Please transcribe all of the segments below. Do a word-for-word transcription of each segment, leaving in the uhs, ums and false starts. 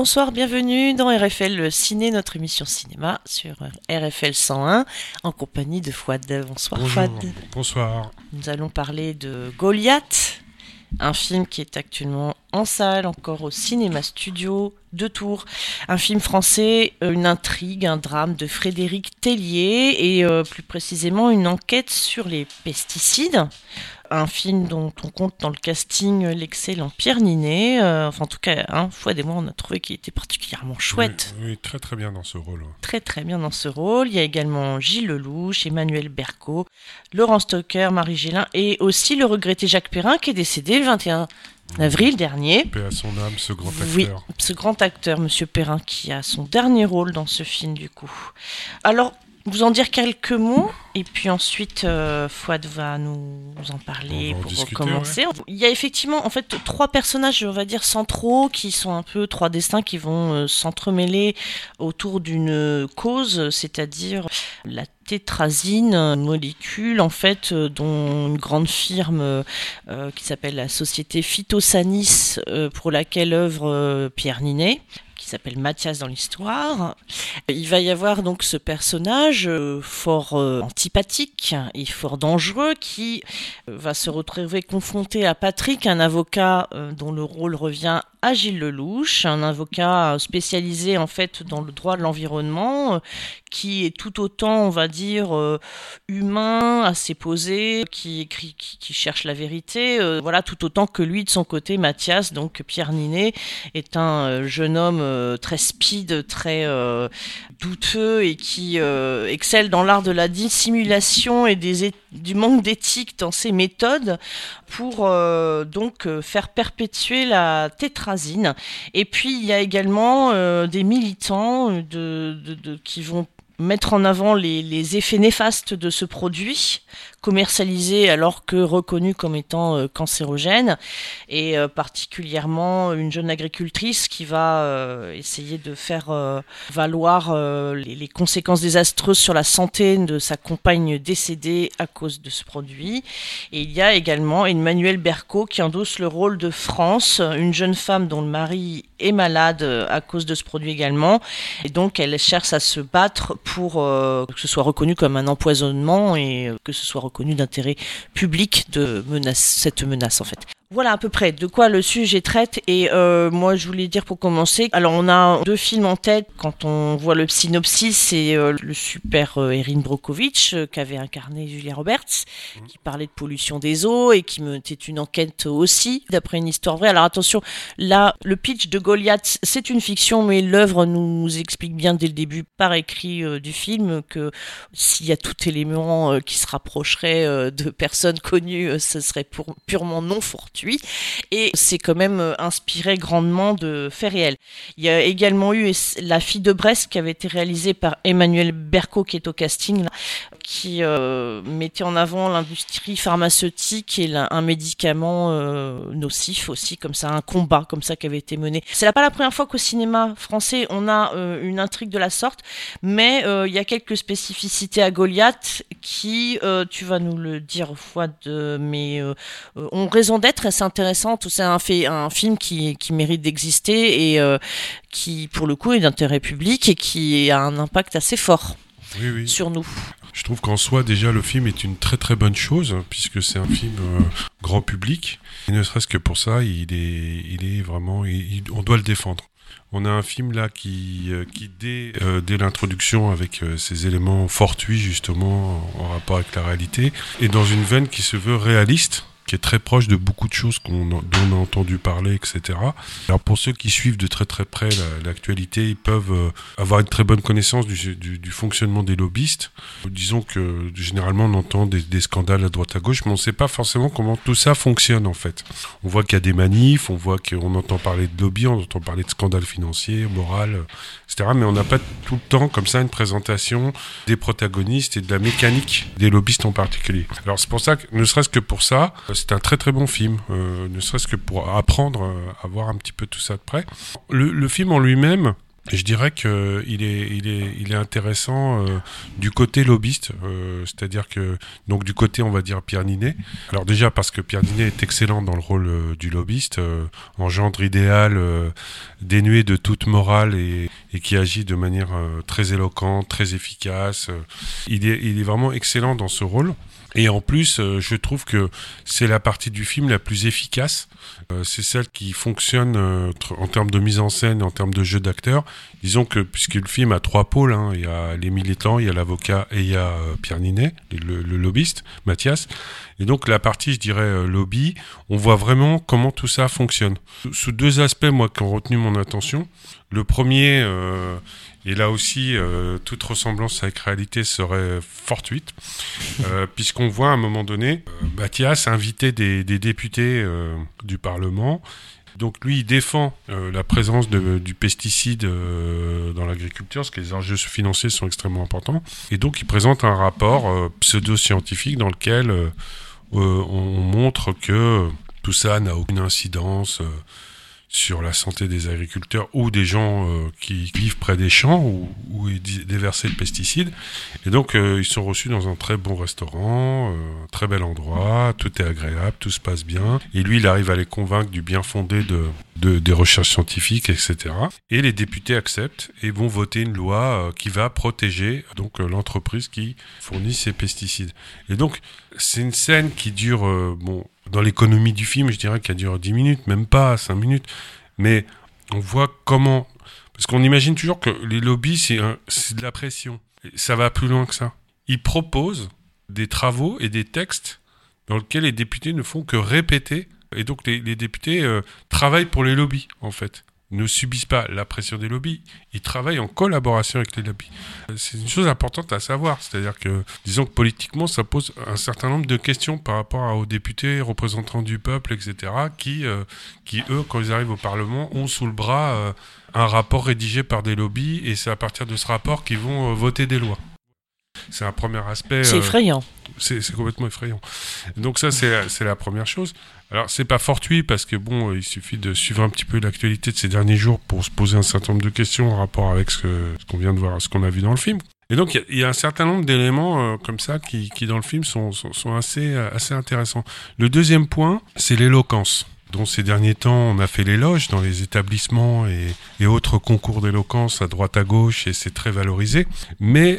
bonsoir, bienvenue dans R F L Ciné, notre émission cinéma sur R F L cent un, en compagnie de Fouad. Bonsoir Bonjour. Fouad. Bonsoir. Nous allons parler de Goliath, un film qui est actuellement en salle, encore au Cinéma Studio de Tours. Un film français, une intrigue, un drame de Frédéric Tellier et euh, plus précisément une enquête sur les pesticides. Un film dont on compte dans le casting l'excellent Pierre Ninet. Euh, enfin, en tout cas, hein, Fouad et moi, on a trouvé qu'il était particulièrement chouette. Oui, oui, très très bien dans ce rôle. Très très bien dans ce rôle. Il y a également Gilles Lelouch, Emmanuel Berco, Laurent Stocker, Marie Gélin et aussi le regretté Jacques Perrin qui est décédé le vingt et un avril dernier. Paix à son âme, ce grand acteur. Oui, ce grand acteur, Monsieur Perrin, qui a son dernier rôle dans ce film du coup. Alors, vous en dire quelques mots et puis ensuite euh, Fouad va nous en parler en pour discuter, commencer. Ouais. Il y a effectivement en fait trois personnages, on va dire centraux, qui sont un peu trois destins qui vont euh, s'entremêler autour d'une cause, c'est-à-dire la tétrazine, une molécule en fait euh, dont une grande firme euh, qui s'appelle la société Phytosanis, euh, pour laquelle œuvre euh, Pierre Ninet, qui s'appelle Mathias dans l'histoire. Il va y avoir donc ce personnage euh, fort euh, antipathique et fort dangereux qui euh, va se retrouver confronté à Patrick, un avocat euh, dont le rôle revient à Gilles Lelouch, un avocat spécialisé en fait dans le droit de l'environnement, euh, qui est tout autant, on va dire, euh, humain, assez posé, qui, qui, qui cherche la vérité, euh, voilà, tout autant que lui de son côté, Mathias, donc Pierre Ninet, est un euh, jeune homme euh, très speed, très euh, douteux et qui euh, excelle dans l'art de la dissimulation et des, du manque d'éthique dans ses méthodes pour euh, donc euh, faire perpétuer la tétrazine. Et puis il y a également euh, des militants de, de, de, qui vont mettre en avant les, les effets néfastes de ce produit, commercialisé alors que reconnu comme étant euh, cancérogène, et euh, particulièrement une jeune agricultrice qui va euh, essayer de faire euh, valoir euh, les, les conséquences désastreuses sur la santé de sa compagne décédée à cause de ce produit. Et il y a également Emmanuel Berco qui endosse le rôle de France, une jeune femme dont le mari est malade à cause de ce produit également, et donc elle cherche à se battre pour euh, que ce soit reconnu comme un empoisonnement et que ce soit reconnu d'intérêt public de menace, cette menace en fait. Voilà à peu près de quoi le sujet traite. Et euh, moi je voulais dire pour commencer, alors on a deux films en tête quand on voit le synopsis. C'est euh, le super euh, Erin Brockovich euh, qu'avait incarné Julia Roberts, qui parlait de pollution des eaux et qui menait une enquête aussi d'après une histoire vraie. Alors attention, là le pitch de Goliath c'est une fiction, mais l'œuvre nous explique bien dès le début par écrit euh, du film que s'il y a tout élément euh, qui se rapprocherait euh, de personnes connues, euh, ce serait pour, purement non fortuit. Et c'est quand même inspiré grandement de faits réels. Il y a également eu La fille de Brest qui avait été réalisée par Emmanuel Berco qui est au casting là, qui euh, mettait en avant l'industrie pharmaceutique et la, un médicament euh, nocif aussi, comme ça, un combat comme ça qui avait été mené. C'est pas la première fois qu'au cinéma français on a euh, une intrigue de la sorte, mais euh, il y a quelques spécificités à Goliath qui, euh, tu vas nous le dire Fouad, mais euh, ont raison d'être. C'est intéressant, c'est un, fait, un film qui, qui mérite d'exister et euh, qui, pour le coup, est d'intérêt public et qui a un impact assez fort oui, oui. sur nous. Je trouve qu'en soi, déjà, le film est une très très bonne chose, puisque c'est un film euh, grand public. Et ne serait-ce que pour ça, il est, il est vraiment... Il, il, on doit le défendre. On a un film là qui, euh, qui dès, euh, dès l'introduction, avec euh, ces éléments fortuits justement en, en rapport avec la réalité, est dans une veine qui se veut réaliste, qui est très proche de beaucoup de choses qu'on, dont on a entendu parler, et cetera. Alors pour ceux qui suivent de très très près la, l'actualité, ils peuvent euh, avoir une très bonne connaissance du, du, du fonctionnement des lobbyistes. Disons que généralement on entend des, des scandales à droite à gauche, mais on ne sait pas forcément comment tout ça fonctionne en fait. On voit qu'il y a des manifs, on voit qu'on entend parler de lobby, on entend parler de scandales financiers, moraux, et cetera. Mais on n'a pas tout le temps comme ça une présentation des protagonistes et de la mécanique des lobbyistes en particulier. Alors c'est pour ça que, ne serait-ce que pour ça, c'est un très très bon film, euh, ne serait-ce que pour apprendre euh, à voir un petit peu tout ça de près. Le, le film en lui-même, Je dirais que il est, il est, il est intéressant euh, du côté lobbyiste, euh, c'est-à-dire que donc du côté, on va dire Pierre Ninet. Alors déjà parce que Pierre Ninet est excellent dans le rôle euh, du lobbyiste, euh, en gendre idéal, euh, dénué de toute morale et, et qui agit de manière euh, très éloquente, très efficace. Il est, il est vraiment excellent dans ce rôle. Et en plus, euh, je trouve que c'est la partie du film la plus efficace. Euh, c'est celle qui fonctionne euh, en termes de mise en scène, en termes de jeu d'acteur. Disons que, puisque le film a trois pôles, hein, il y a les militants, il y a l'avocat et il y a euh, Pierre Ninet, le, le lobbyiste, Mathias. Et donc la partie, je dirais, euh, lobby, on voit vraiment comment tout ça fonctionne. Sous, sous deux aspects, moi, qui ont retenu mon attention. Le premier... Euh, Et là aussi, euh, toute ressemblance avec réalité serait fortuite, euh, puisqu'on voit à un moment donné euh, Mathias inviter des, des députés euh, du Parlement. Donc lui, il défend euh, la présence de, du pesticide euh, dans l'agriculture, parce que les enjeux financiers sont extrêmement importants. Et donc, il présente un rapport euh, pseudo-scientifique dans lequel euh, euh, on montre que tout ça n'a aucune incidence... Euh, sur la santé des agriculteurs ou des gens euh, qui vivent près des champs où, où est déversé le pesticide. Et donc, euh, ils sont reçus dans un très bon restaurant, euh, un très bel endroit, tout est agréable, tout se passe bien. Et lui, il arrive à les convaincre du bien fondé de, de, des recherches scientifiques, et cetera. Et les députés acceptent et vont voter une loi euh, qui va protéger donc euh, l'entreprise qui fournit ces pesticides. Et donc, c'est une scène qui dure... Euh, bon, dans l'économie du film, je dirais qu'elle dure dix minutes, même pas cinq minutes. Mais on voit comment... Parce qu'on imagine toujours que les lobbies, c'est, un, c'est de la pression. Ça va plus loin que ça. Ils proposent des travaux et des textes dans lesquels les députés ne font que répéter. Et donc les, les députés euh, travaillent pour les lobbies, en fait. Ne subissent pas la pression des lobbies, ils travaillent en collaboration avec les lobbies. C'est une chose importante à savoir, c'est-à-dire que, disons que politiquement, ça pose un certain nombre de questions par rapport aux députés, représentants du peuple, et cetera, qui, euh, qui eux, quand ils arrivent au Parlement, ont sous le bras euh, un rapport rédigé par des lobbies, et c'est à partir de ce rapport qu'ils vont euh, voter des lois. C'est un premier aspect... C'est euh, effrayant. C'est, c'est complètement effrayant. Donc ça, c'est, c'est la première chose. Alors, c'est pas fortuit parce que, bon, il suffit de suivre un petit peu l'actualité de ces derniers jours pour se poser un certain nombre de questions en rapport avec ce, que, ce qu'on vient de voir, ce qu'on a vu dans le film. Et donc, il y, y a un certain nombre d'éléments euh, comme ça qui, qui, dans le film, sont, sont, sont assez, assez intéressants. Le deuxième point, c'est l'éloquence, dont ces derniers temps, on a fait l'éloge dans les établissements et, et autres concours d'éloquence à droite à gauche, et c'est très valorisé. Mais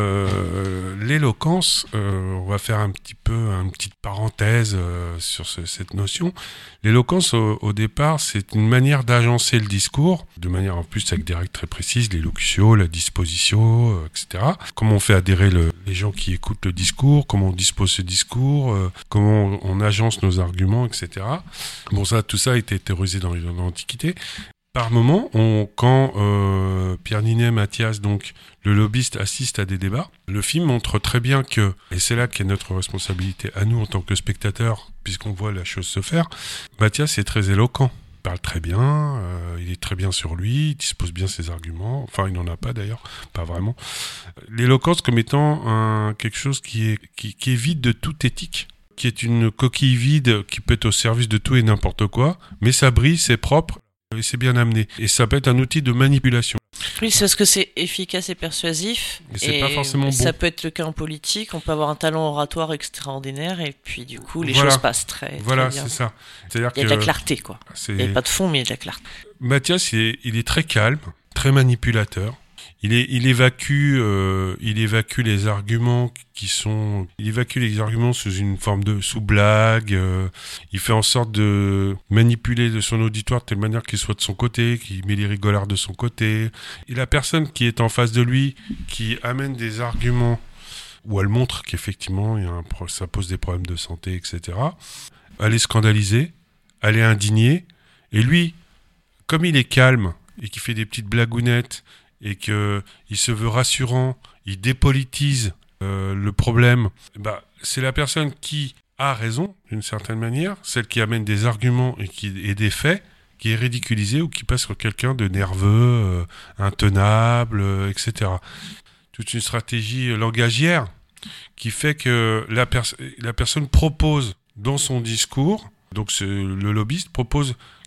euh, l'éloquence, euh, on va faire un petit peu une petite parenthèse euh, sur ce, cette notion. L'éloquence, au, au départ, c'est une manière d'agencer le discours, de manière en plus avec des règles très précises, l'élocution, la disposition, euh, et cetera. Comment on fait adhérer le, les gens qui écoutent le discours, comment on dispose ce discours, euh, comment on, on agence nos arguments, et cetera. Bon, ça, tout ça a été théorisé dans, dans l'Antiquité. Par moment, on, quand euh, Pierre Ninet, Mathias, donc le lobbyiste, assiste à des débats, le film montre très bien que, et c'est là qu'est notre responsabilité à nous en tant que spectateurs, puisqu'on voit la chose se faire, Mathias est très éloquent. Il parle très bien, euh, il est très bien sur lui, il dispose bien ses arguments, enfin il n'en a pas d'ailleurs, pas vraiment. L'éloquence comme étant un, quelque chose qui est, qui, qui est vide de toute éthique, qui est une coquille vide qui peut être au service de tout et n'importe quoi, mais ça brille, c'est propre et c'est bien amené. Et ça peut être un outil de manipulation. Oui, c'est parce que c'est efficace et persuasif. Mais c'est et pas forcément bon. Ça peut être le cas en politique, on peut avoir un talent oratoire extraordinaire et puis du coup les voilà. choses passent très, voilà, très bien. c'est ça. C'est-à-dire il y a que de la clarté, quoi. C'est... Il n'y a pas de fond, mais il y a de la clarté. Mathias, il est, il est très calme, très manipulateur. Il, est, il, évacue, euh, il évacue les arguments qui sont... Il évacue les arguments sous une forme de... sous blague. Euh, il fait en sorte de manipuler de son auditoire de telle manière qu'il soit de son côté, qu'il met les rigolards de son côté. Et la personne qui est en face de lui, qui amène des arguments où elle montre qu'effectivement, il y a un, ça pose des problèmes de santé, et cetera. Elle est scandalisée, elle est indignée. Et lui, comme il est calme et qu'il fait des petites blagounettes, et qu'il se veut rassurant, il dépolitise euh, le problème, bah, c'est la personne qui a raison, d'une certaine manière, celle qui amène des arguments et, qui, et des faits, qui est ridiculisée ou qui passe pour quelqu'un de nerveux, euh, intenable, euh, et cetera. Toute une stratégie langagière qui fait que la, pers- la personne propose dans son discours, donc ce, le lobbyiste propose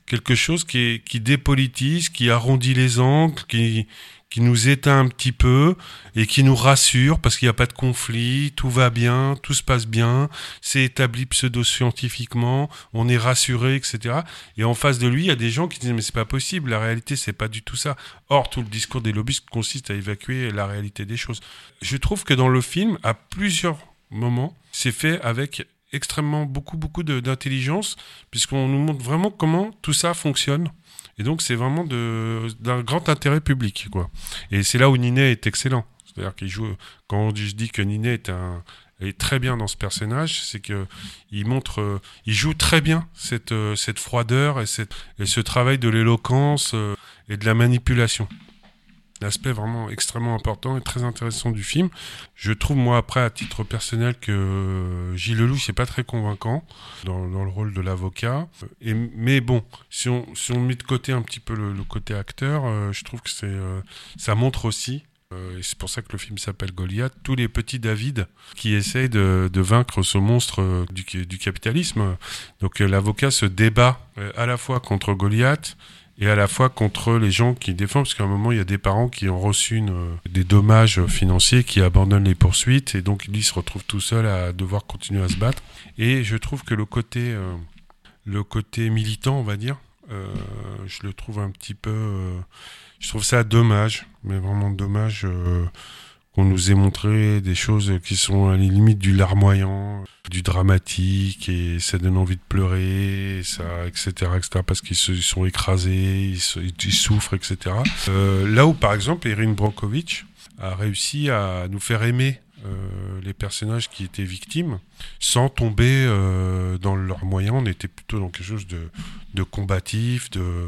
quelque chose qui, est, qui dépolitise, qui arrondit les angles, qui, qui nous éteint un petit peu et qui nous rassure parce qu'il n'y a pas de conflit, tout va bien, tout se passe bien, c'est établi pseudo-scientifiquement, on est rassuré, et cetera. Et en face de lui, il y a des gens qui disent mais c'est pas possible, la réalité c'est pas du tout ça. Or, tout le discours des lobbyistes consiste à évacuer la réalité des choses. Je trouve que dans le film, à plusieurs moments, c'est fait avec extrêmement beaucoup, beaucoup de, d'intelligence puisqu'on nous montre vraiment comment tout ça fonctionne. Et donc, c'est vraiment de, d'un grand intérêt public, quoi. Et c'est là où Ninet est excellent. C'est-à-dire qu'il joue, quand je dis que Ninet est, un, est très bien dans ce personnage, c'est qu'il montre, il joue très bien cette, cette froideur et, cette, et ce travail de l'éloquence et de la manipulation. L'aspect vraiment extrêmement important et très intéressant du film. Je trouve, moi, après, à titre personnel, que Gilles Lellouche n'est pas très convaincant dans, dans le rôle de l'avocat. Et, mais bon, si on, si on met de côté un petit peu le, le côté acteur, euh, je trouve que c'est, euh, ça montre aussi, euh, et c'est pour ça que le film s'appelle Goliath, tous les petits David qui essayent de, de vaincre ce monstre euh, du, du capitalisme. Donc euh, l'avocat se débat euh, à la fois contre Goliath, et à la fois contre les gens qui défendent, parce qu'à un moment, il y a des parents qui ont reçu une, euh, des dommages financiers, qui abandonnent les poursuites, et donc lui, il se retrouve tout seul à devoir continuer à se battre. Et je trouve que le côté, euh, le côté militant, on va dire, euh, je le trouve un petit peu... Euh, je trouve ça dommage, mais vraiment dommage euh, qu'on nous ait montré des choses qui sont à la limite du larmoyant, du dramatique, et ça donne envie de pleurer, et ça, et cetera, et cetera, parce qu'ils se, ils sont écrasés, ils, se, ils souffrent, et cetera. Euh, là où, par exemple, Erin Brockovich a réussi à nous faire aimer euh, les personnages qui étaient victimes, sans tomber euh, dans leurs moyens. On était plutôt dans quelque chose de, de combatif, de...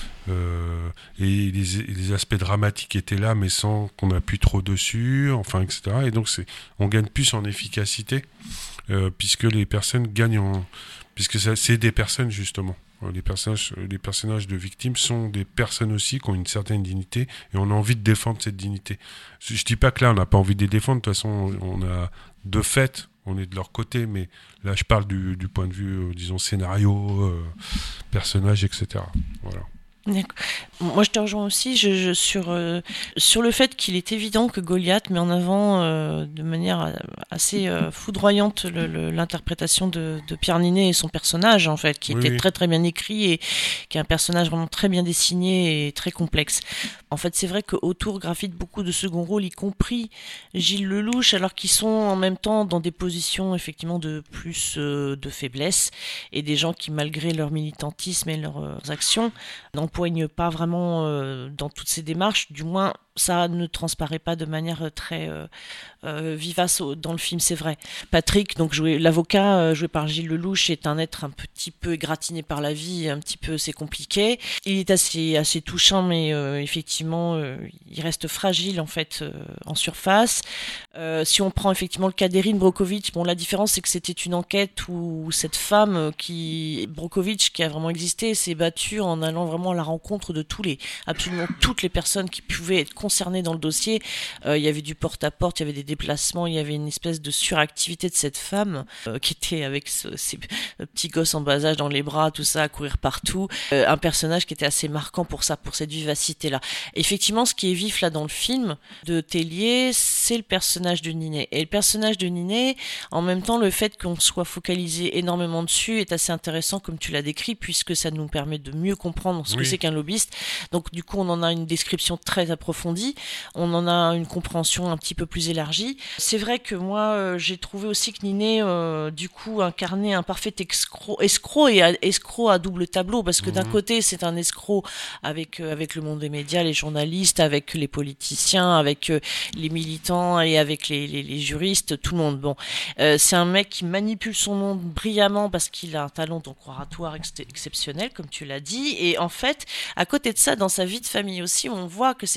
Euh, et les, les aspects dramatiques étaient là, mais sans qu'on appuie trop dessus, enfin, et cetera. Et donc, c'est, on gagne plus en efficacité, euh, puisque les personnes gagnent en... Puisque ça, c'est des personnes, justement. Les personnages, les personnages de victimes sont des personnes aussi qui ont une certaine dignité, et on a envie de défendre cette dignité. Je dis pas que là, on n'a pas envie de les défendre, de toute façon, on a de fait... on est de leur côté, mais là, je parle du, du point de vue, euh, disons, scénario, euh, personnage, et cetera. Voilà. D'accord. Moi, je te rejoins aussi je, je, sur, euh, sur le fait qu'il est évident que Goliath met en avant euh, de manière assez euh, foudroyante le, le, l'interprétation de, de Pierre Ninet et son personnage, en fait, qui oui, était oui. très très bien écrit et qui est un personnage vraiment très bien dessiné et très complexe. En fait, c'est vrai qu'autour gravitent beaucoup de second rôles, y compris Gilles Lellouche, alors qu'ils sont en même temps dans des positions effectivement de plus euh, de faiblesse, et des gens qui, malgré leur militantisme et leurs euh, actions, n'empoignent pas vraiment euh, dans toutes ces démarches, du moins ça ne transparaît pas de manière très euh, euh, vivace au, dans le film, c'est vrai. Patrick, donc joué, l'avocat euh, joué par Gilles Lellouche, est un être un petit peu égratigné par la vie, un petit peu, c'est compliqué. Il est assez, assez touchant, mais euh, effectivement, euh, il reste fragile en fait euh, en surface. Euh, si on prend effectivement le cas d'Erin Brockovich, bon, la différence c'est que c'était une enquête où cette femme qui Brockovich, qui a vraiment existé, s'est battue en allant vraiment à la rencontre de tous les, absolument toutes les personnes qui pouvaient être concernés dans le dossier. Euh, il y avait du porte-à-porte, il y avait des déplacements, il y avait une espèce de suractivité de cette femme euh, qui était avec ce, ces petits gosses en bas âge dans les bras, tout ça, à courir partout. Euh, un personnage qui était assez marquant pour ça, pour cette vivacité-là. Effectivement, ce qui est vif là dans le film de Tellier, c'est le personnage de Ninet. Et le personnage de Ninet, en même temps, le fait qu'on soit focalisé énormément dessus est assez intéressant, comme tu l'as décrit, puisque ça nous permet de mieux comprendre ce oui. que c'est qu'un lobbyiste. Donc, du coup, on en a une description très approfondie. On en a une compréhension un petit peu plus élargie. C'est vrai que moi, euh, j'ai trouvé aussi que Ninet, euh, du coup, incarnait un parfait escroc, escroc et à, escroc à double tableau, parce que mmh. d'un côté, c'est un escroc avec, euh, avec le monde des médias, les journalistes, avec les politiciens, avec euh, les militants et avec les, les, les juristes, tout le monde. Bon, euh, c'est un mec qui manipule son monde brillamment parce qu'il a un talent donc oratoire ex- exceptionnel, comme tu l'as dit. Et en fait, à côté de ça, dans sa vie de famille aussi, on voit que c'est quelqu'un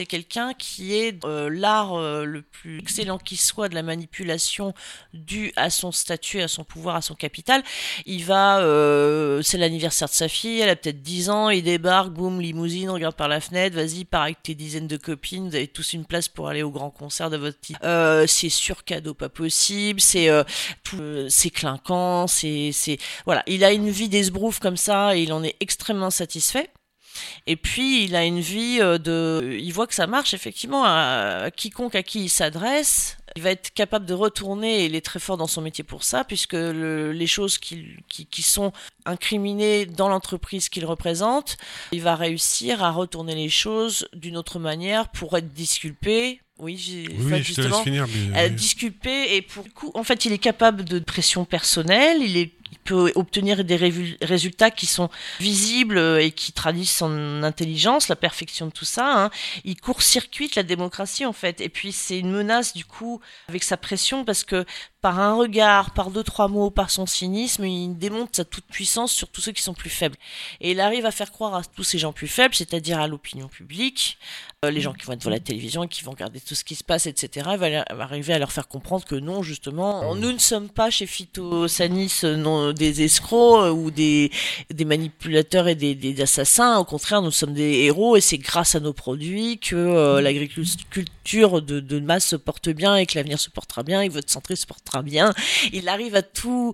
quelqu'un qui est euh, l'art euh, le plus excellent qui soit de la manipulation due à son statut, à son pouvoir, à son capital. Il va, euh, c'est l'anniversaire de sa fille, elle a peut-être dix ans, il débarque, boum, limousine, regarde par la fenêtre, vas-y, pars avec tes dizaines de copines, vous avez tous une place pour aller au grand concert de votre petite. Euh, c'est sur cadeau pas possible, c'est euh, tout, euh, c'est clinquant, c'est, c'est, voilà, il a une vie d'esbrouf comme ça et il en est extrêmement satisfait. Et puis, il a une vie euh, de... Il voit que ça marche, effectivement, à, à quiconque à qui il s'adresse. Il va être capable de retourner, et il est très fort dans son métier pour ça, puisque le, les choses qui, qui, qui sont incriminées dans l'entreprise qu'il représente, il va réussir à retourner les choses d'une autre manière pour être disculpé. Oui, j'ai, oui, enfin, je te laisse finir. Mais... euh, disculpé, et pour le coup, en fait, il est capable de pression personnelle, il est il peut obtenir des ré- résultats qui sont visibles et qui traduisent son intelligence, la perfection de tout ça. Hein. Il court-circuite la démocratie, en fait. Et puis, c'est une menace, du coup, avec sa pression, parce que par un regard, par deux, trois mots, par son cynisme, il démontre sa toute-puissance sur tous ceux qui sont plus faibles. Et il arrive à faire croire à tous ces gens plus faibles, c'est-à-dire à l'opinion publique, euh, les gens qui vont être devant la télévision et qui vont regarder tout ce qui se passe, et cetera. Il va, il va arriver à leur faire comprendre que non, justement, nous ne sommes pas chez Phytosanis, non, des escrocs ou des, des manipulateurs et des, des assassins. Au contraire, nous sommes des héros et c'est grâce à nos produits que euh, l'agriculture de, de masse se porte bien et que l'avenir se portera bien et que votre santé se portera bien. Il arrive à tout.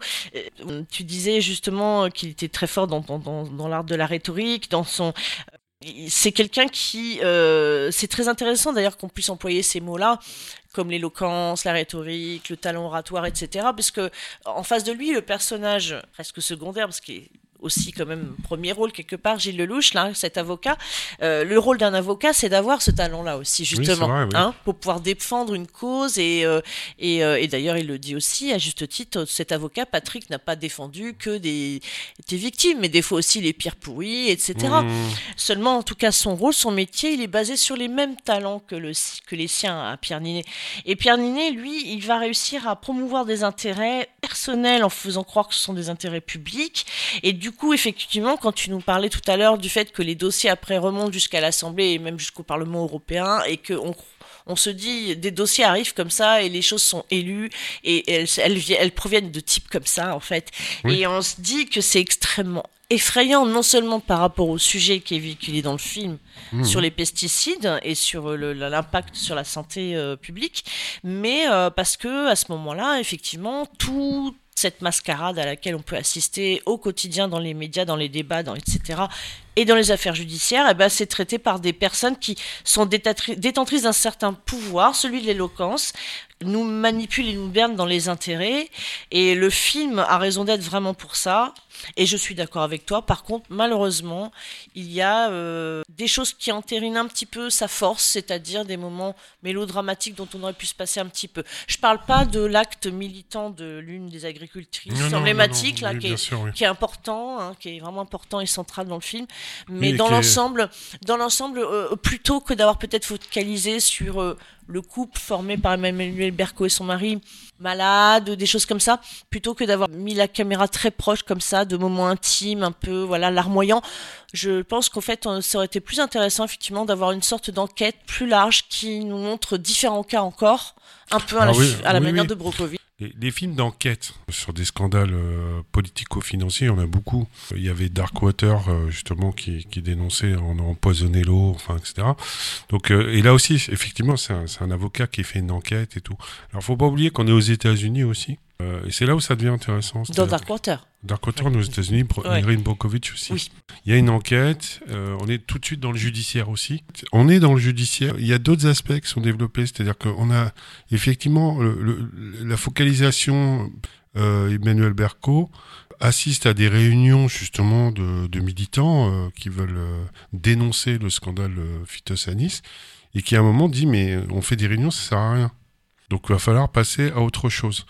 Tu disais justement qu'il était très fort dans, dans, dans, dans l'art de la rhétorique, dans son... C'est quelqu'un qui... Euh, c'est très intéressant d'ailleurs qu'on puisse employer ces mots-là, comme l'éloquence, la rhétorique, le talent oratoire, et cetera. Parce que en face de lui, le personnage presque secondaire, parce qu'il est aussi quand même premier rôle quelque part, Gilles Lelouch, là, cet avocat. Euh, le rôle d'un avocat, c'est d'avoir ce talent-là aussi, justement, oui, vrai, oui. hein, pour pouvoir défendre une cause. Et, euh, et, euh, et d'ailleurs, il le dit aussi, à juste titre, cet avocat, Patrick, n'a pas défendu que des, des victimes, mais des fois aussi les pires pourris, et cetera. Mmh. Seulement, en tout cas, son rôle, son métier, il est basé sur les mêmes talents que, le, que les siens à Pierre Ninet. Et Pierre Ninet, lui, il va réussir à promouvoir des intérêts personnels en faisant croire que ce sont des intérêts publics. Et du Du coup, effectivement, quand tu nous parlais tout à l'heure du fait que les dossiers après remontent jusqu'à l'Assemblée et même jusqu'au Parlement européen et qu'on on se dit, des dossiers arrivent comme ça et les choses sont élues et elles, elles, elles proviennent de types comme ça, en fait. Oui. Et on se dit que c'est extrêmement effrayant, non seulement par rapport au sujet qui est véhiculé dans le film mmh. sur les pesticides et sur le, l'impact sur la santé euh, publique, mais euh, parce que à ce moment-là, effectivement, tout cette mascarade à laquelle on peut assister au quotidien dans les médias, dans les débats, dans, et cetera, et dans les affaires judiciaires, eh ben, c'est traité par des personnes qui sont détatri- détentrices d'un certain pouvoir, celui de l'éloquence, nous manipulent et nous bernent dans les intérêts, et le film a raison d'être vraiment pour ça, et je suis d'accord avec toi. Par contre, malheureusement, il y a euh, des choses qui entérinent un petit peu sa force, c'est-à-dire des moments mélodramatiques dont on aurait pu se passer un petit peu. Je parle pas de l'acte militant de l'une des agricultrices non, emblématiques, non, non, là, oui, qui, est, sûr, oui. qui est important, hein, qui est vraiment important et central dans le film, mais oui, dans l'ensemble, est... dans l'ensemble, euh, plutôt que d'avoir peut-être focalisé sur euh, le couple formé par Emmanuel Berco et son mari malade, des choses comme ça, plutôt que d'avoir mis la caméra très proche comme ça, de moments intimes, un peu, voilà, larmoyants. Je pense qu'en fait, ça aurait été plus intéressant, effectivement, d'avoir une sorte d'enquête plus large qui nous montre différents cas encore, un peu à la, oui, à la oui, manière oui. de Brokovich. Les, les films d'enquête sur des scandales euh, politico-financiers, il y en a beaucoup. Il y avait Darkwater, euh, justement, qui, qui dénonçait on a empoisonné l'eau, enfin, et cetera. Donc, euh, et là aussi, effectivement, c'est un, c'est un avocat qui fait une enquête et tout. Alors, faut pas oublier qu'on est aux États-Unis aussi. Euh, et c'est là où ça devient intéressant. Dans Darkwater. Darkwater, oui. Aux États-Unis, ouais. Erin Brockovich aussi. Oui. Il y a une enquête, euh, on est tout de suite dans le judiciaire aussi. On est dans le judiciaire, il y a d'autres aspects qui sont développés, c'est-à-dire qu'on a effectivement le, le, la focalisation, euh, Emmanuel Berco assiste à des réunions justement de, de militants euh, qui veulent euh, dénoncer le scandale euh, Phytosanis et qui à un moment dit mais on fait des réunions, ça sert à rien. Donc il va falloir passer à autre chose.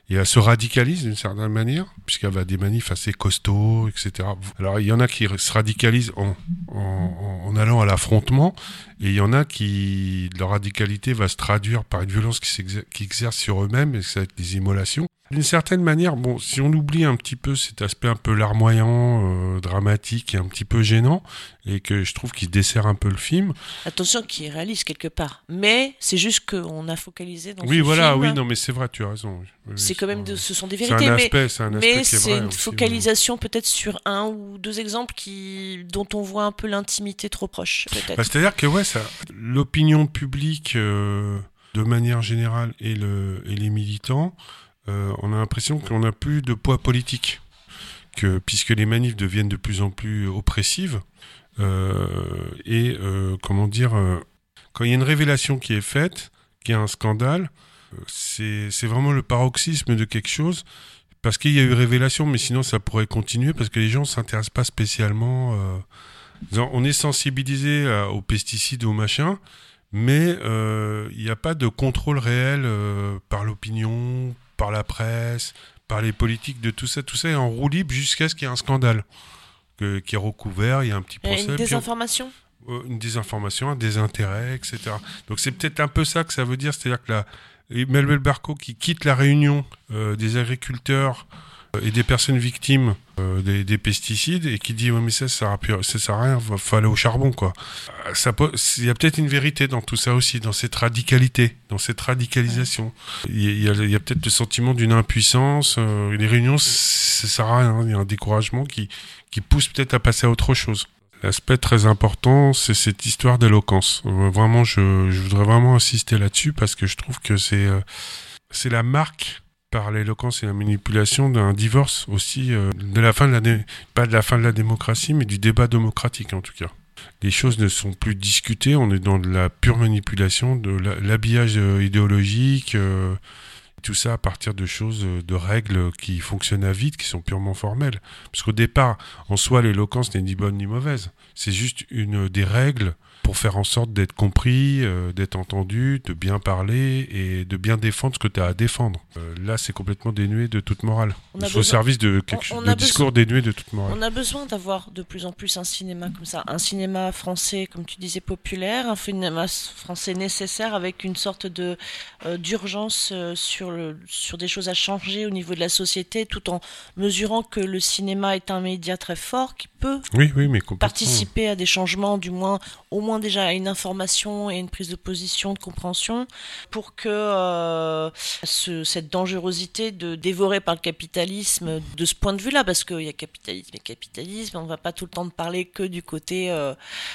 et elle se radicalise d'une certaine manière, puisqu'elle va à des manifs assez costauds, et cetera. Alors il y en a qui se radicalisent en, en, en allant à l'affrontement, et il y en a qui, leur radicalité va se traduire par une violence qui, qui exerce sur eux-mêmes, et ça va être des immolations. D'une certaine manière, bon, si on oublie un petit peu cet aspect un peu larmoyant, euh, dramatique et un petit peu gênant, et que je trouve qu'il dessert un peu le film. Attention, qu'il est réaliste quelque part. Mais c'est juste qu'on a focalisé dans oui, ce voilà, film. Oui, non, mais c'est vrai, tu as raison. Oui, oui, c'est quand même, de, ce sont des c'est vérités. Un aspect, mais c'est un aspect mais qui est c'est vrai une aussi, focalisation ouais. peut-être sur un ou deux exemples qui, dont on voit un peu l'intimité trop proche, peut-être. Bah, c'est-à-dire que ouais, ça, l'opinion publique, euh, de manière générale, et, le, et les militants, euh, on a l'impression qu'on n'a plus de poids politique. Que, puisque les manifs deviennent de plus en plus oppressives, euh, et euh, comment dire, euh, quand il y a une révélation qui est faite, qu'il y a un scandale, euh, c'est, c'est vraiment le paroxysme de quelque chose, parce qu'il y a eu révélation, mais sinon ça pourrait continuer, parce que les gens ne s'intéressent pas spécialement. Euh, on est sensibilisé à, aux pesticides, aux machins, mais il euh, n'y a pas de contrôle réel euh, par l'opinion, par la presse, par les politiques, de tout ça. Tout ça est en roue libre jusqu'à ce qu'il y ait un scandale que, qui est recouvert, il y a un petit procès. Et une désinformation on, Une désinformation, un désintérêt, et cetera. Donc c'est peut-être un peu ça que ça veut dire, c'est-à-dire que la, Melville Barco qui quitte la réunion euh, des agriculteurs euh, et des personnes victimes euh, des, des pesticides et qui dit ouais, mais ça ça ça sert à rien, il faut aller au charbon quoi. Ça il y a peut-être une vérité dans tout ça aussi, dans cette radicalité, dans cette radicalisation. Il y a, il y a peut-être le sentiment d'une impuissance. Euh, les réunions ça sert à rien, il y a un découragement qui qui pousse peut-être à passer à autre chose. L'aspect très important, c'est cette histoire d'éloquence. Euh, vraiment, je, je voudrais vraiment insister là-dessus parce que je trouve que c'est, euh, c'est la marque par l'éloquence et la manipulation d'un divorce aussi, euh, de la fin de la dé- pas de la fin de la démocratie, mais du débat démocratique en tout cas. Les choses ne sont plus discutées, on est dans de la pure manipulation, de la, l'habillage euh, idéologique, euh, tout ça à partir de choses, de règles qui fonctionnent à vide, qui sont purement formelles. Parce qu'au départ, en soi, l'éloquence n'est ni bonne ni mauvaise. C'est juste une des règles pour faire en sorte d'être compris, euh, d'être entendu, de bien parler et de bien défendre ce que tu as à défendre. Euh, là, c'est complètement dénué de toute morale. C'est besoin... au service de, quelque... on, on de discours besoin... dénué de toute morale. On a besoin d'avoir de plus en plus un cinéma comme ça. Un cinéma français, comme tu disais, populaire, un cinéma français nécessaire avec une sorte de, euh, d'urgence euh, sur, le, sur des choses à changer au niveau de la société, tout en mesurant que le cinéma est un média très fort qui peut oui, oui, mais participer à des changements, du moins, au moins déjà à une information et une prise de position, de compréhension, pour que euh, ce, cette dangerosité de dévorer par le capitalisme, de ce point de vue-là, parce qu'il y a capitalisme et capitalisme, on ne va pas tout le temps parler que du côté euh,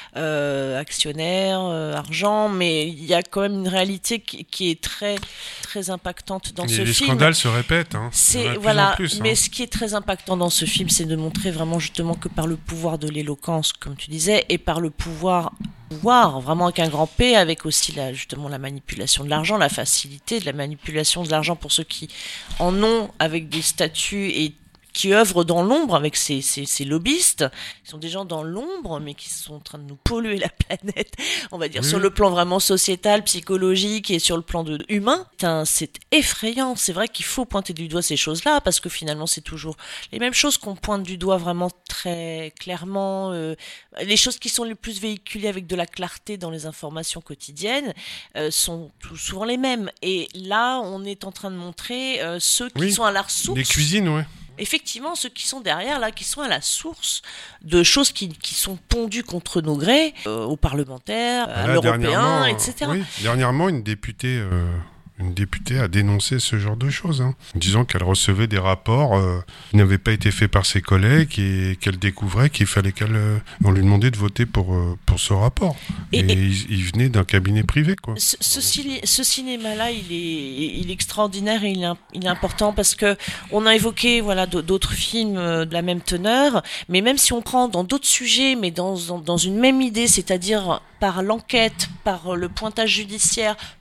euh, actionnaire, euh, argent, mais il y a quand même une réalité qui, qui est très, très impactante dans et ce les film. Les scandales se répètent, hein. C'est, voilà, plus, hein. Mais ce qui est très impactant dans ce film, c'est de montrer vraiment justement que par le pouvoir de l'éloquence, comme tu disais, et par le pouvoir pouvoir, vraiment avec un grand P, avec aussi la, justement la manipulation de l'argent, la facilité de la manipulation de l'argent pour ceux qui en ont, avec des statuts et qui œuvrent dans l'ombre avec ces, ces, ces lobbyistes. Ils sont des gens dans l'ombre, mais qui sont en train de nous polluer la planète, on va dire, oui. Sur le plan vraiment sociétal, psychologique et sur le plan de, humain. Putain, c'est effrayant. C'est vrai qu'il faut pointer du doigt ces choses-là, parce que finalement, c'est toujours les mêmes choses qu'on pointe du doigt vraiment très clairement. Euh, les choses qui sont les plus véhiculées avec de la clarté dans les informations quotidiennes euh, sont tout souvent les mêmes. Et là, on est en train de montrer euh, ceux qui oui. sont à la source. Les cuisines, ouais. Effectivement, ceux qui sont derrière, là, qui sont à la source de choses qui, qui sont pondues contre nos grés, euh, aux parlementaires, à là, l'européen, et cetera. Oui, dernièrement, une députée, euh, une députée a dénoncé ce genre de choses, hein, en disant qu'elle recevait des rapports euh, qui n'avaient pas été faits par ses collègues et qu'elle découvrait qu'il fallait qu'elle... Euh, on lui demandait de voter pour, euh, pour ce rapport. Et, et, et il, il venait d'un cabinet privé, quoi. Ce, ce, ce cinéma-là, il est, il est extraordinaire et il est, il est important parce que on a évoqué voilà, d'autres films de la même teneur, mais même si on prend dans d'autres sujets, mais dans, dans, dans une même idée, c'est-à-dire par l'enquête, par le pointage judiciaire,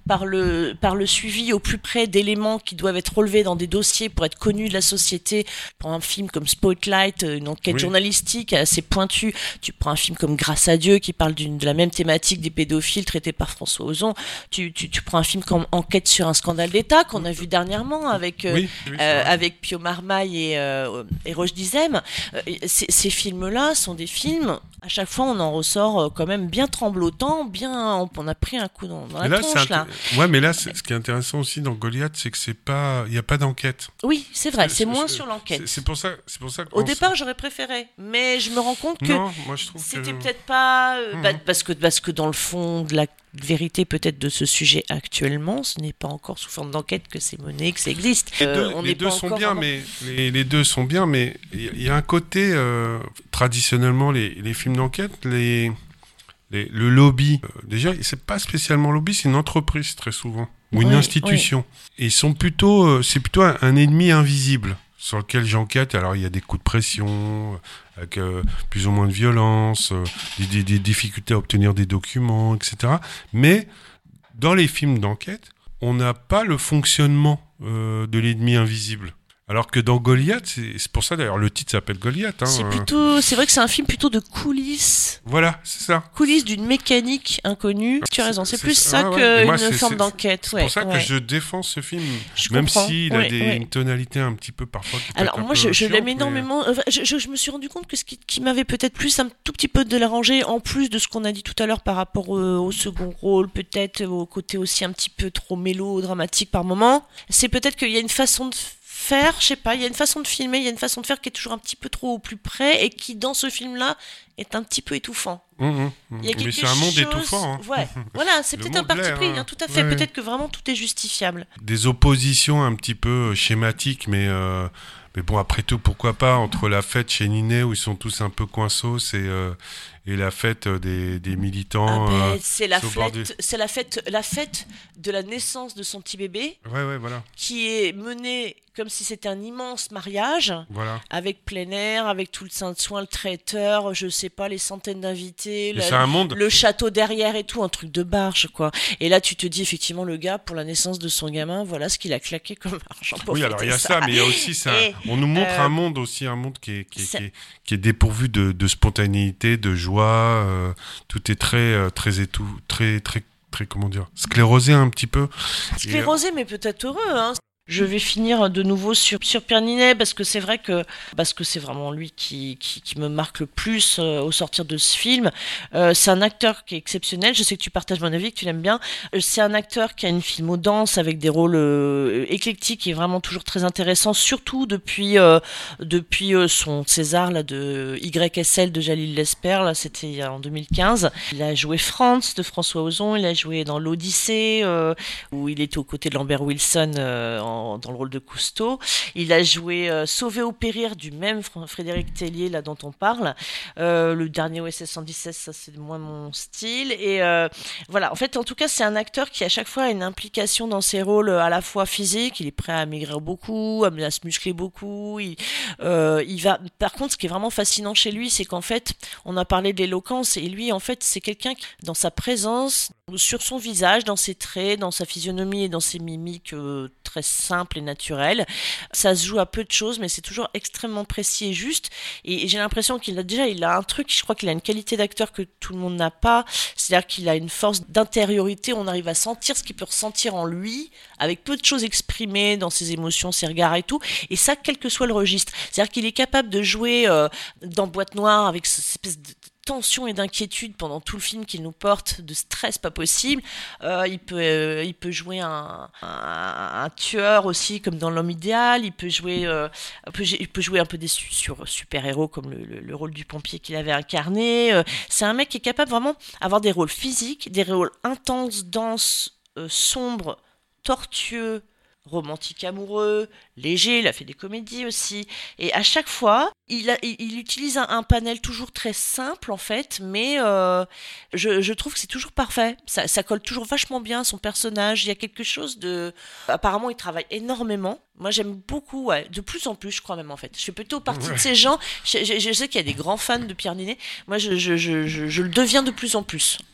par le, par le suivi au plus près d'éléments qui doivent être relevés dans des dossiers pour être connus de la société. Pour un film comme Spotlight, une enquête oui. journalistique assez pointue. Tu prends un film comme Grâce à Dieu qui parle d'une, de la même thématique des pédophiles traité par François Ozon. Tu, tu, tu prends un film comme Enquête sur un scandale d'État qu'on a vu dernièrement avec, euh, oui, oui, euh, avec Pio Marmaille et, euh, et Roche Dizem. Euh, ces, ces films-là sont des films, à chaque fois on en ressort quand même bien tremblotant, bien, on a pris un coup dans, dans la là, tronche là. Ouais, mais là, c'est, ce qui est intéressant aussi dans Goliath, c'est que c'est pas, il y a pas d'enquête. Oui, c'est vrai, c'est, c'est moins c'est, sur l'enquête. C'est, c'est pour ça, c'est pour ça. Au départ, j'aurais préféré, mais je me rends compte que non, moi, je trouve c'était que... peut-être pas, euh, mmh. bah, parce que parce que dans le fond de la vérité peut-être de ce sujet actuellement, ce n'est pas encore sous forme d'enquête que c'est mené, que ça existe. Les deux, euh, les deux sont bien, vraiment... mais les, les deux sont bien, mais il y a un côté euh, traditionnellement les, les films d'enquête, les, les le lobby. Euh, déjà, c'est pas spécialement lobby, c'est une entreprise très souvent ou une oui, institution. Oui. Et ils sont plutôt, euh, c'est plutôt un, un ennemi invisible sur lequel j'enquête. Alors il y a des coups de pression, avec euh, plus ou moins de violence, euh, des, des, des difficultés à obtenir des documents, et cetera. Mais dans les films d'enquête, on n'a pas le fonctionnement euh, de l'ennemi invisible. Alors que dans Goliath, c'est, c'est pour ça d'ailleurs le titre s'appelle Goliath. Hein, c'est plutôt, c'est vrai que c'est un film plutôt de coulisses. Voilà, c'est ça. Coulisses d'une mécanique inconnue. Tu as raison, c'est, c'est plus ça, ça ouais. qu'une ouais, forme c'est, d'enquête. C'est ouais, pour ça ouais. que je défends ce film, je même comprends. s'il ouais, a des, ouais. une tonalité un petit peu parfois. Qui Alors moi, je, je chiante, l'aime mais... énormément. Enfin, je, je, je me suis rendu compte que ce qui, qui m'avait peut-être plus un tout petit peu dérangé, en plus de ce qu'on a dit tout à l'heure par rapport au, au second rôle, peut-être au côté aussi un petit peu trop mélodramatique par moment, c'est peut-être qu'il y a une façon de faire, je sais pas, il y a une façon de filmer, il y a une façon de faire qui est toujours un petit peu trop au plus près et qui dans ce film-là est un petit peu étouffant. Mmh, mmh. Il y a Mais c'est un monde chose... étouffant. Hein. Ouais, voilà, c'est peut-être un parti pris, hein, tout à fait. Ouais. Peut-être que vraiment tout est justifiable. Des oppositions un petit peu schématiques, mais euh, mais bon, après tout, pourquoi pas entre la fête chez Ninet où ils sont tous un peu coinsos et euh, et la fête des, des militants. Ah ben, euh, c'est la fête, du... c'est la fête, la fête de la naissance de son petit bébé. Ouais, ouais, voilà. Qui est menée comme si c'était un immense mariage. Voilà. Avec plein air, avec tout le soin, le traiteur, je sais pas, les centaines d'invités, la, c'est un monde... le château derrière et tout, un truc de barge, quoi. Et là, tu te dis effectivement, le gars, pour la naissance de son gamin, voilà ce qu'il a claqué comme argent pour oui, alors il y a ça. ça, mais il y a aussi ça. Et, on nous montre euh, un monde aussi, un monde qui est, qui est, qui est, qui est dépourvu de, de spontanéité, de joie. Euh, tout est très, euh, très étou, très, très, très, comment dire, sclérosé un petit peu. Sclérosé, et, mais peut-être heureux, hein. Je vais finir de nouveau sur, sur Pierre Ninet parce que c'est vrai que parce que c'est vraiment lui qui, qui, qui me marque le plus euh, au sortir de ce film. Euh, c'est un acteur qui est exceptionnel. Je sais que tu partages mon avis, que tu l'aimes bien. Euh, c'est un acteur qui a une filmo-danse avec des rôles euh, éclectiques et vraiment toujours très intéressants, surtout depuis euh, depuis euh, son César là de Y S L de Jalil Lesper. Là, c'était en deux mille quinze. Il a joué Franz de François Ozon. Il a joué dans l'Odyssée euh, où il était aux côtés de Lambert Wilson euh, en dans le rôle de Cousteau. Il a joué euh, Sauvé ou périr du même Frédéric Tellier là dont on parle. Euh, le dernier O S S cent dix-sept, ça c'est moins mon style. Et euh, voilà, en fait, en tout cas, c'est un acteur qui à chaque fois a une implication dans ses rôles à la fois physique. Il est prêt à maigrir beaucoup, à, à se muscler beaucoup. Il, euh, il va. Par contre, ce qui est vraiment fascinant chez lui, c'est qu'en fait, on a parlé de l'éloquence et lui, en fait, c'est quelqu'un qui, dans sa présence, sur son visage, dans ses traits, dans sa physionomie et dans ses mimiques euh, très simple et naturel. Ça se joue à peu de choses, mais c'est toujours extrêmement précis et juste. Et, et j'ai l'impression qu'il a déjà, il a un truc, je crois qu'il a une qualité d'acteur que tout le monde n'a pas. C'est-à-dire qu'il a une force d'intériorité. On arrive à sentir ce qu'il peut ressentir en lui, avec peu de choses exprimées dans ses émotions, ses regards et tout. Et ça, quel que soit le registre. C'est-à-dire qu'il est capable de jouer euh, dans Boîte Noire avec cette espèce de tension et d'inquiétude pendant tout le film qu'il nous porte, de stress pas possible. Euh, il peut, euh, il peut jouer un, un, un tueur aussi, comme dans L'Homme idéal. Il peut jouer, euh, un peu, il peut jouer un peu des su- sur super-héros, comme le, le, le rôle du pompier qu'il avait incarné. Euh, c'est un mec qui est capable vraiment d'avoir des rôles physiques, des rôles intenses, denses, euh, sombres, tortueux, romantique amoureux, léger, il a fait des comédies aussi. Et à chaque fois, il, a, il, il utilise un, un panel toujours très simple en fait, mais euh, je, je trouve que c'est toujours parfait. Ça, ça colle toujours vachement bien à son personnage. Il y a quelque chose de... Apparemment, il travaille énormément. Moi, j'aime beaucoup, ouais, de plus en plus, je crois même en fait. Je fais plutôt partie ouais. de ces gens. Je, je, je sais qu'il y a des grands fans de Pierre Ninet. Moi, je, je, je, je, je le deviens de plus en plus.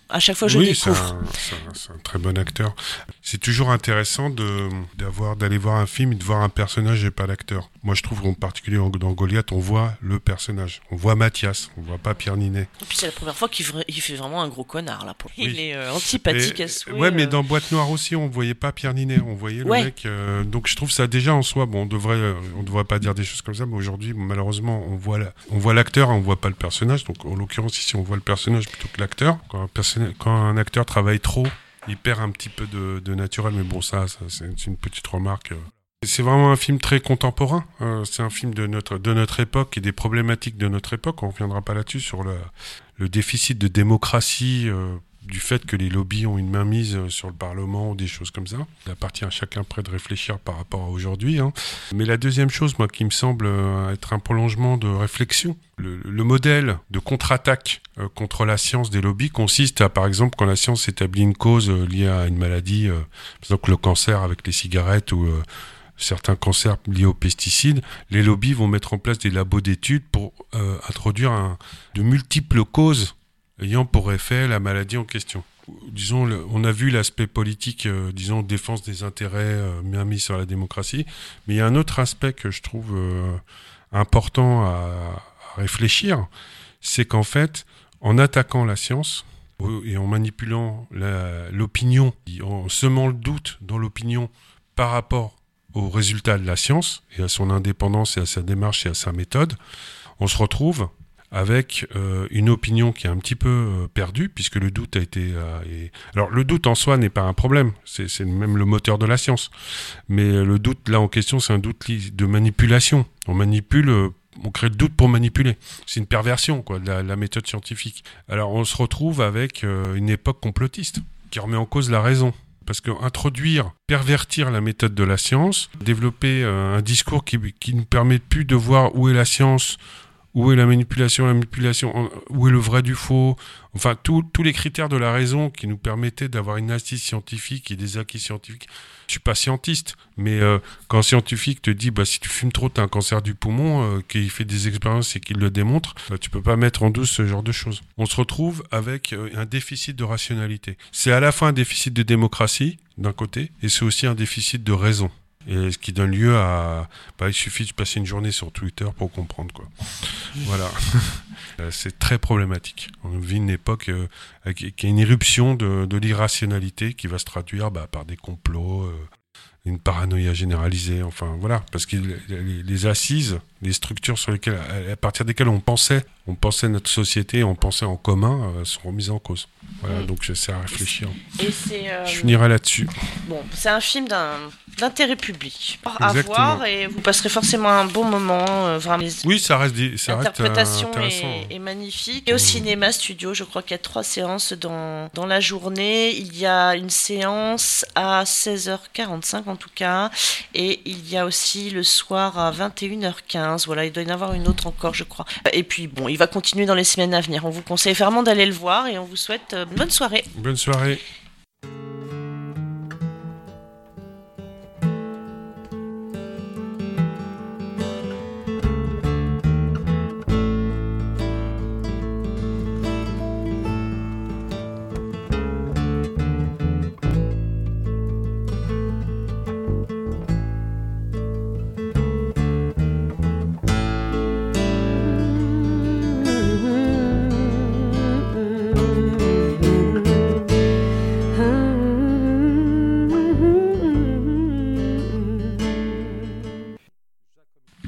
À chaque fois, je oui, découvre. c'est un, c'est, un, c'est un très bon acteur. C'est toujours intéressant de, d'avoir, d'aller voir un film et de voir un personnage et pas l'acteur. Moi, je trouve qu'en particulier dans Goliath, on voit le personnage. On voit Mathias, on voit pas Pierre Ninet. Et puis c'est la première fois qu'il il fait vraiment un gros connard, là. Pour... Oui. Il est euh, antipathique et, à souhait. Ouais, mais euh... dans Boîte Noire aussi, on voyait pas Pierre Ninet, on voyait le ouais. mec. Euh, donc je trouve ça déjà en soi, bon, on devrait, euh, on devrait pas dire des choses comme ça, mais aujourd'hui, bon, malheureusement, on voit, la, on voit l'acteur, on voit pas le personnage. Donc en l'occurrence ici, on voit le personnage plutôt que l'acteur. Quand un, person... Quand un acteur travaille trop, il perd un petit peu de, de naturel, mais bon, ça, ça c'est une petite remarque. C'est vraiment un film très contemporain. Euh, c'est un film de notre, de notre époque et des problématiques de notre époque. On ne reviendra pas là-dessus sur le, le déficit de démocratie, euh, du fait que les lobbies ont une mainmise sur le Parlement ou des choses comme ça. Il appartient à chacun près de réfléchir par rapport à aujourd'hui. Hein. Mais la deuxième chose, moi, qui me semble être un prolongement de réflexion, le, le modèle de contre-attaque euh, contre la science des lobbies consiste à, par exemple, quand la science établit une cause euh, liée à une maladie, euh, par exemple le cancer avec les cigarettes ou euh, certains cancers liés aux pesticides, les lobbies vont mettre en place des labos d'études pour euh, introduire un, de multiples causes ayant pour effet la maladie en question. Disons, le, on a vu l'aspect politique, euh, disons, défense des intérêts euh, bien mis sur la démocratie, mais il y a un autre aspect que je trouve euh, important à, à réfléchir, c'est qu'en fait, en attaquant la science et en manipulant la, l'opinion, en semant le doute dans l'opinion par rapport aux résultats de la science et à son indépendance et à sa démarche et à sa méthode, on se retrouve avec euh, une opinion qui est un petit peu euh, perdue, puisque le doute a été... Euh, et... Alors, le doute en soi n'est pas un problème, c'est, c'est même le moteur de la science. Mais le doute, là, en question, c'est un doute de manipulation. On manipule... Euh, on crée le doute pour manipuler. C'est une perversion, quoi, de la, la méthode scientifique. Alors, on se retrouve avec euh, une époque complotiste, qui remet en cause la raison. Parce qu'introduire, pervertir la méthode de la science, développer euh, un discours qui qui nous permet plus de voir où est la science, où est la manipulation, la manipulation, où est le vrai du faux, enfin tous tous les critères de la raison qui nous permettaient d'avoir une assise scientifique et des acquis scientifiques. Je suis pas scientiste, mais euh, quand un scientifique te dit bah si tu fumes trop, tu as un cancer du poumon, euh, qu'il fait des expériences et qu'il le démontre, bah, tu peux pas mettre en doute ce genre de choses. On se retrouve avec euh, un déficit de rationalité. C'est à la fois un déficit de démocratie d'un côté, et c'est aussi un déficit de raison. Et ce qui donne lieu à... Bah, il suffit de passer une journée sur Twitter pour comprendre, quoi. Voilà. C'est très problématique. On vit une époque euh, qui a une éruption de, de l'irrationalité qui va se traduire bah, par des complots, euh, une paranoïa généralisée, enfin voilà. Parce que les, les assises, les structures sur lesquelles, à partir desquelles on pensait, on pensait notre société, on pensait en commun, euh, sont remises en cause. Voilà, mmh. Donc j'essaie à réfléchir. Et c'est, euh... Je finirai là-dessus. Bon, c'est un film d'un... d'intérêt public à voir et vous passerez forcément un bon moment. Euh, vraiment. Oui, ça reste, ça reste l'interprétation intéressant. est, est magnifique. Et au mmh. cinéma studio, je crois qu'il y a trois séances dans, dans la journée. Il y a une séance à seize heures quarante-cinq en tout cas, et il y a aussi le soir à vingt et une heures quinze. Voilà, il doit y en avoir une autre encore, je crois. Et puis bon, il va continuer dans les semaines à venir. On vous conseille vraiment d'aller le voir et on vous souhaite une bonne soirée. Bonne soirée.